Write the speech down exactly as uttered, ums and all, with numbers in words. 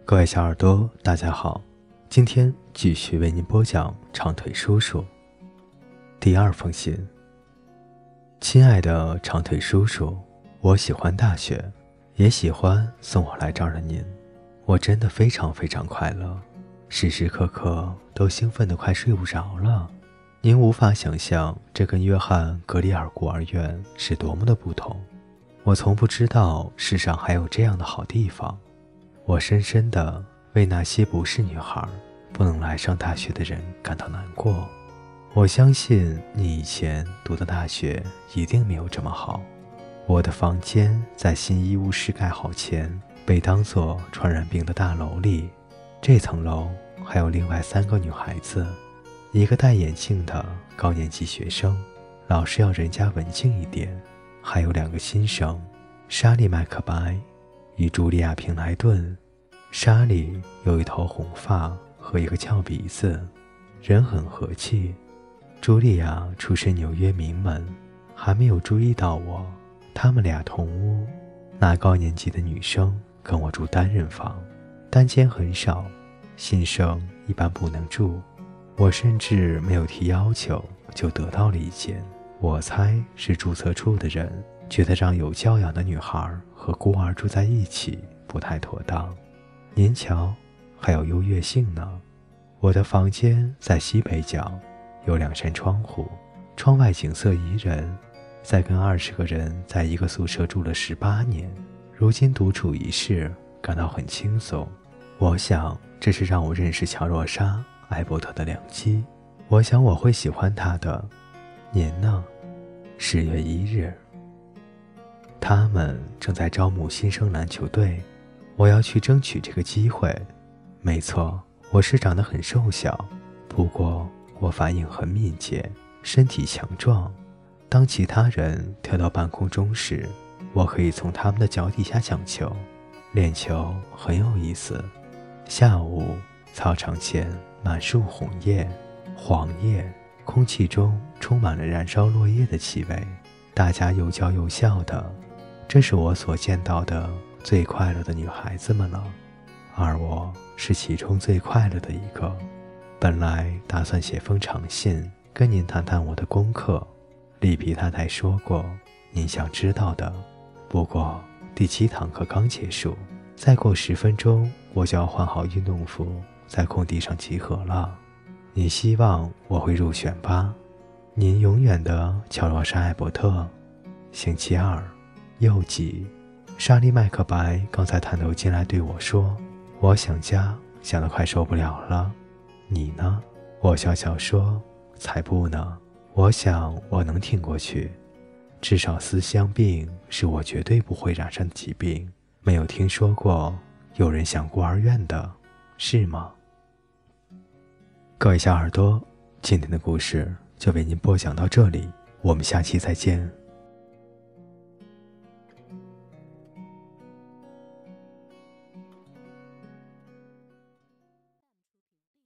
各位小耳朵，大家好，今天继续为您播讲长腿叔叔第二封信。亲爱的长腿叔叔，我喜欢大雪，也喜欢送我来这儿的您，我真的非常非常快乐，时时刻刻都兴奋得快睡不着了。您无法想象这跟约翰格里尔孤儿院是多么的不同，我从不知道世上还有这样的好地方。我深深地为那些不是女孩不能来上大学的人感到难过。我相信你以前读的大学一定没有这么好。我的房间在新医务室盖好前被当作传染病的大楼里，这层楼还有另外三个女孩子，一个戴眼镜的高年级学生，老师要人家文静一点，还有两个新生，莎莉麦克白与茱莉亚平莱顿。莎莉有一头红发和一个翘鼻子，人很和气。茱莉亚出身纽约名门，还没有注意到我，他们俩同屋。那高年级的女生跟我住单人房，单间很少，新生一般不能住，我甚至没有提要求就得到了一间。我猜是注册处的人觉得让有教养的女孩和孤儿住在一起不太妥当。您瞧，还有优越性呢。我的房间在西北角，有两扇窗户，窗外景色宜人。在跟二十个人在一个宿舍住了十八年，如今独处一室，感到很轻松。我想这是让我认识乔若莎·艾伯特的良机。我想我会喜欢她的。您呢？十月一日。他们正在招募新生篮球队，我要去争取这个机会。没错，我是长得很瘦小，不过我反应很敏捷，身体强壮。当其他人跳到半空中时，我可以从他们的脚底下抢球。练球很有意思。下午，操场前满树红叶、黄叶，空气中充满了燃烧落叶的气味，大家又叫又笑的。这是我所见到的最快乐的女孩子们了，而我是其中最快乐的一个。本来打算写封长信跟您谈谈我的功课，利皮太太说过您想知道的，不过第七堂课刚结束，再过十分钟我就要换好运动服在空地上集合了。你希望我会入选吧？您永远的乔罗莎·艾伯特。星期二，又急。莎莉麦克白刚才探头进来对我说，我想家想得快受不了了。你呢？我笑笑说，才不呢，我想我能挺过去。至少思乡病是我绝对不会染上的疾病，没有听说过有人想孤儿院的，是吗？各位小耳朵，今天的故事就为您播讲到这里，我们下期再见。